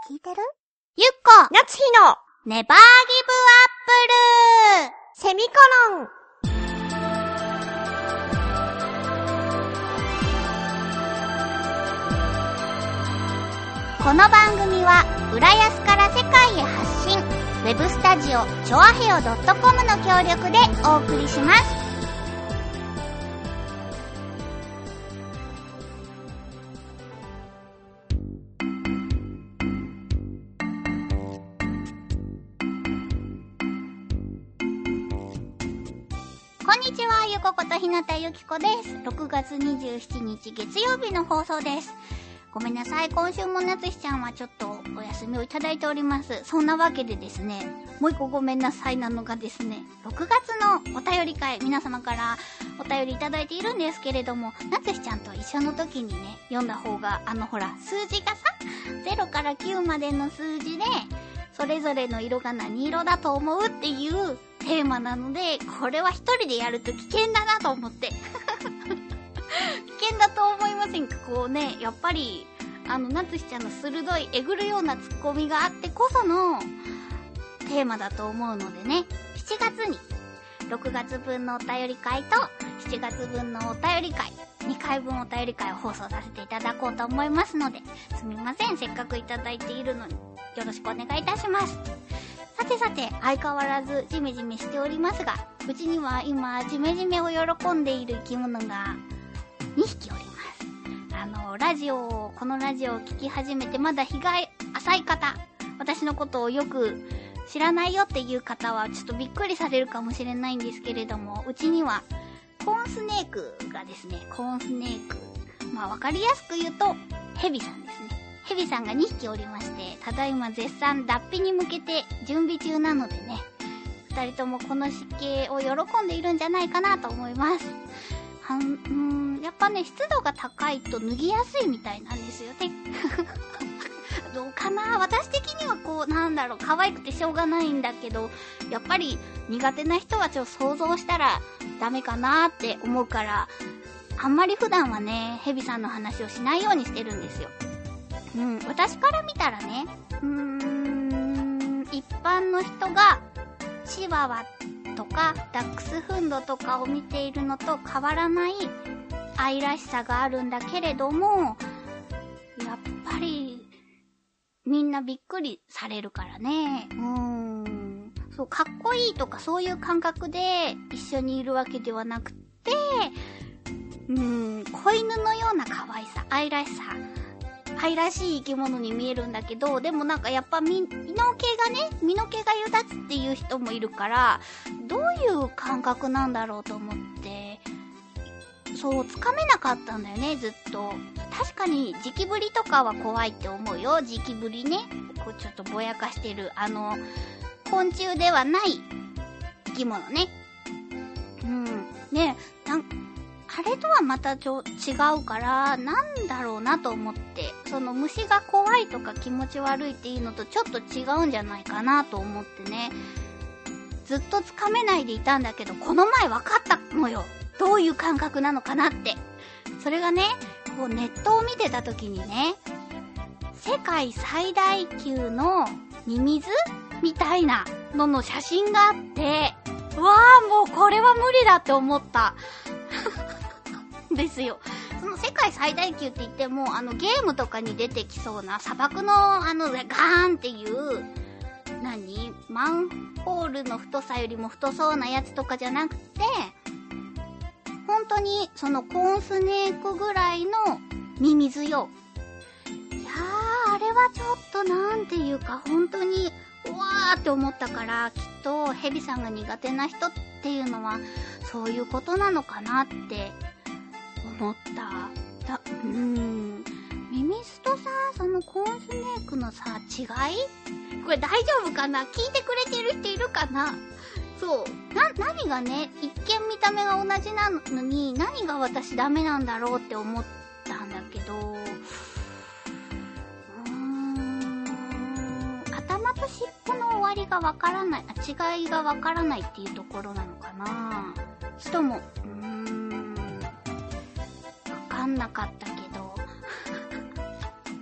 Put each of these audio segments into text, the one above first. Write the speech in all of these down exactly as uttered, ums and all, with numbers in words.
聞いてる？ゆっこなつひのネバーギブアップルセミコロン。 この番組は浦安から世界へ発信、ウェブスタジオチョアヘオ .com の協力でお送りします。こんにちは、ゆこことひなたゆきこです。ろくがつにじゅうしちにち月曜日の放送です。ごめんなさい、今週もなつひちゃんはちょっとお休みをいただいております。そんなわけでですね、もう一個ごめんなさいなのがですね、ろくがつのお便り会、皆様からお便りいただいているんですけれども、なつひちゃんと一緒の時にね、読んだ方が、あのほら、数字がさ、ゼロからきゅうまでの数字で、それぞれの色が何色だと思うっていうテーマなので、これは一人でやると危険だなと思って。危険だと思いませんか？こうね、やっぱり、あの、なつひちゃんの鋭い、えぐるようなツッコミがあってこそのテーマだと思うのでね、しちがつに、ろくがつぶんのお便り会と、しちがつぶんのお便り会、にかいぶんお便り会を放送させていただこうと思いますので、すみません、せっかくいただいているのに、よろしくお願いいたします。さてさて、相変わらずジメジメしておりますが、うちには今、ジメジメを喜んでいる生き物がにひきおります。あの、ラジオを、このラジオを聞き始めてまだ日が浅い方、私のことをよく知らないよっていう方はちょっとびっくりされるかもしれないんですけれども、うちにはコーンスネークがですね、コーンスネーク、まあわかりやすく言うとヘビさんですね。ヘビさんがにひきおりまして、ただいま絶賛脱皮に向けて準備中なのでね、二人ともこの湿気を喜んでいるんじゃないかなと思います。はん、うーん、やっぱね、湿度が高いと脱ぎやすいみたいなんですよね。どうかな、私的にはこう、なんだろう、可愛くてしょうがないんだけど、やっぱり苦手な人はちょっと想像したらダメかなって思うから、あんまり普段はね、ヘビさんの話をしないようにしてるんですよ。うん、私から見たらね、うーん、一般の人がチワワとかダックスフンドとかを見ているのと変わらない愛らしさがあるんだけれども、やっぱりみんなびっくりされるからね。うーん、そう、かっこいいとかそういう感覚で一緒にいるわけではなくて、うーん、子犬のような可愛さ、愛らしさ、愛らしい生き物に見えるんだけど、でもなんかやっぱ身の毛がね、身の毛がよだつっていう人もいるから、どういう感覚なんだろうと思って、そう、つかめなかったんだよね、ずっと。確かに、磁気ブリとかは怖いって思うよ、磁気ブリね。こうちょっとぼやかしてる、あの、昆虫ではない生き物ね。うん。ね、なんあれとはまたちょ違うから、なんだろうなと思って、その虫が怖いとか気持ち悪いっていうのとちょっと違うんじゃないかなと思ってね、ずっとつかめないでいたんだけど、この前分かったのよ。どういう感覚なのかなって。それがね、こうネットを見てた時にね、世界最大級のミミズみたいなのの写真があって、うわー、もうこれは無理だって思った。ですよ。その世界最大級って言っても、あのゲームとかに出てきそうな砂漠のあのガーンっていう、何？マンホールの太さよりも太そうなやつとかじゃなくて、本当にそのコーンスネークぐらいのミミズよ。いやー、あれはちょっとなんていうか本当にうわーって思ったから、きっとヘビさんが苦手な人っていうのはそういうことなのかなって思った。だ、うーん。ミミズとさ、そのコーンスネークのさ、違い？これ大丈夫かな？聞いてくれてる人いるかな？そう。な、何がね、一見見た目が同じなのに、何が私ダメなんだろうって思ったんだけど、うーん、頭と尻尾の終わりがわからない、違いがわからないっていうところなのかな？しとも、うーん、わかんなかったけど、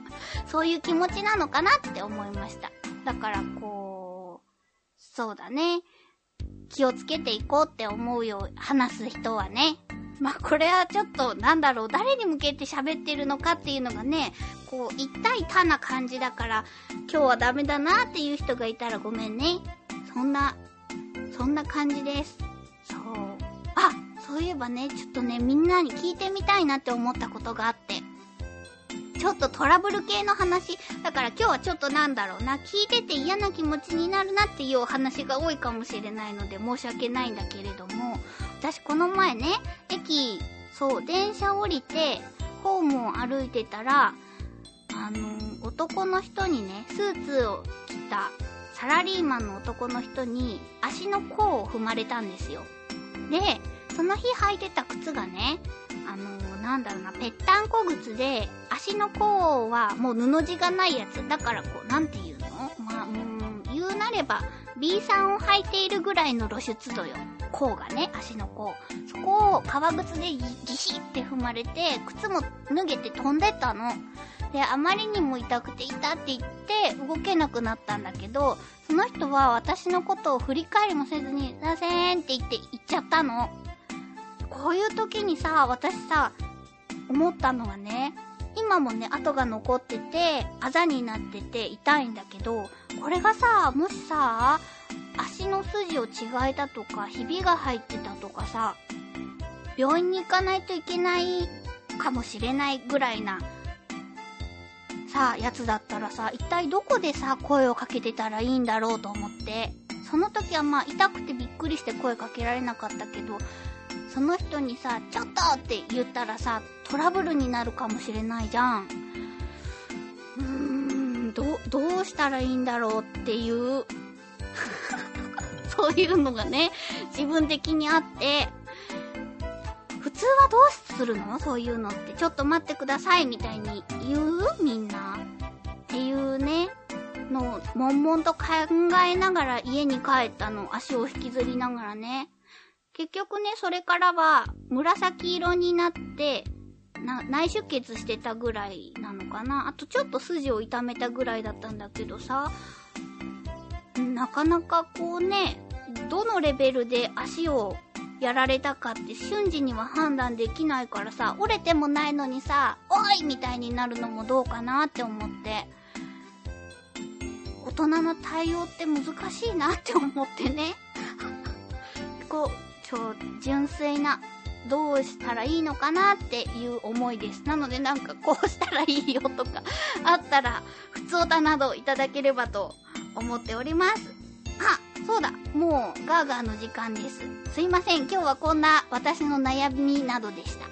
そういう気持ちなのかなって思いました。だからこう、そうだね。気をつけていこうって思うよ、話す人はね。まあ、これはちょっと、なんだろう、誰に向けて喋ってるのかっていうのがね、こう、一対他な感じだから、今日はダメだなっていう人がいたらごめんね。そんな、そんな感じです。そう。あ、そういえばね、ちょっとね、みんなに聞いてみたいなって思ったことがあって。ちょっとトラブル系の話。だから今日はちょっとなんだろうな、聞いてて嫌な気持ちになるなっていうお話が多いかもしれないので申し訳ないんだけれども、私この前ね、駅、そう、電車降りて、ホームを歩いてたら、あのー、男の人にね、スーツを着たサラリーマンの男の人に足の甲を踏まれたんですよ。で、その日履いてた靴がね、あのー、なんだろうな、ぺったんこ靴で、足の甲はもう布地がないやつ。だからこう、なんていうの？まあ、うーん、言うなれば、ビー さんを履いているぐらいの露出度よ。甲がね、足の甲。そこを革靴でギシって踏まれて、靴も脱げて飛んでったの。で、あまりにも痛くて痛って言って動けなくなったんだけど、その人は私のことを振り返りもせずに、すいませんって言って行っちゃったの。こういう時にさ、私さ、思ったのはね、今もね、跡が残ってて、あざになってて痛いんだけど、これがさ、もしさ、足の筋を違えたとか、ひびが入ってたとかさ、病院に行かないといけないかもしれないぐらいな、さ、やつだったらさ、一体どこでさ、声をかけてたらいいんだろうと思って、その時はまあ、痛くてびっくりして声かけられなかったけど、その人にさ、ちょっとって言ったらさ、トラブルになるかもしれないじゃん。うーん、ど、どうしたらいいんだろうっていう、そういうのがね、自分的にあって、普通はどうするの？そういうのって。ちょっと待ってくださいみたいに言う？みんな。っていうね、のを、悶々と考えながら家に帰ったの。足を引きずりながらね。結局ね、それからは紫色になってな内出血してたぐらいなのかな。あとちょっと筋を痛めたぐらいだったんだけどさ、なかなかこうね、どのレベルで足をやられたかって瞬時には判断できないからさ、折れてもないのにさ、おいみたいになるのもどうかなって思って、大人の対応って難しいなって思ってねこう超純粋な、どうしたらいいのかなっていう思いです。なのでなんかこうしたらいいよとかあったら、ふつおたなどいただければと思っております。あ、そうだ、もうガーガーの時間です。すいません、今日はこんな私の悩みなどでした。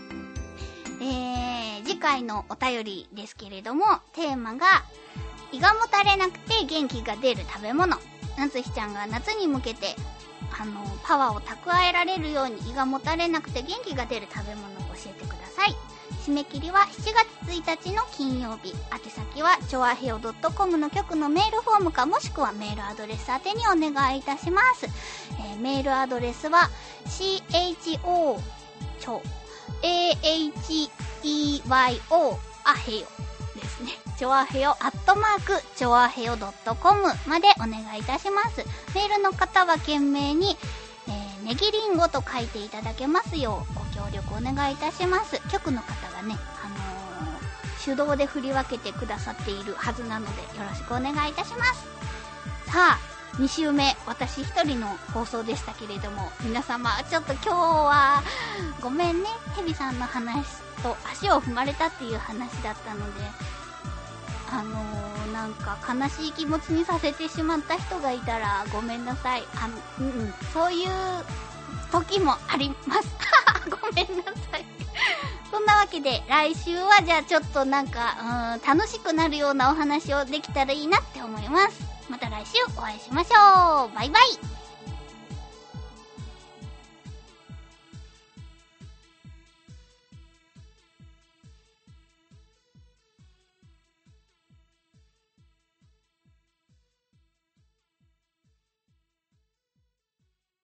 えー、次回のお便りですけれども、テーマが、胃がもたれなくて元気が出る食べ物。なつひちゃんが夏に向けてあのパワーを蓄えられるように胃がもたれなくて元気が出る食べ物を教えてください。締め切りはしちがつついたちの金曜日。宛先はちょあへよ .com の局のメールフォームか、もしくはメールアドレス宛てにお願いいたします。えー、メールアドレスは チョ ちょ エーエイチイーワイオー あへよですね。ちょあへよアットマークちょあへよ .com までお願いいたします。メールの方は懸命に、えー、ネギリンゴと書いていただけますようご協力お願いいたします。局の方がね、あのー、手動で振り分けてくださっているはずなのでよろしくお願いいたします。さあ、に週目、私一人の放送でしたけれども、皆様ちょっと今日はごめんね、ヘビさんの話と足を踏まれたっていう話だったので、あのー、なんか悲しい気持ちにさせてしまった人がいたらごめんなさい。あの、うんうん、そういう時もありますごめんなさいそんなわけで来週はじゃあちょっとなんか、うん、楽しくなるようなお話をできたらいいなって思います。また来週お会いしましょう。バイバイ。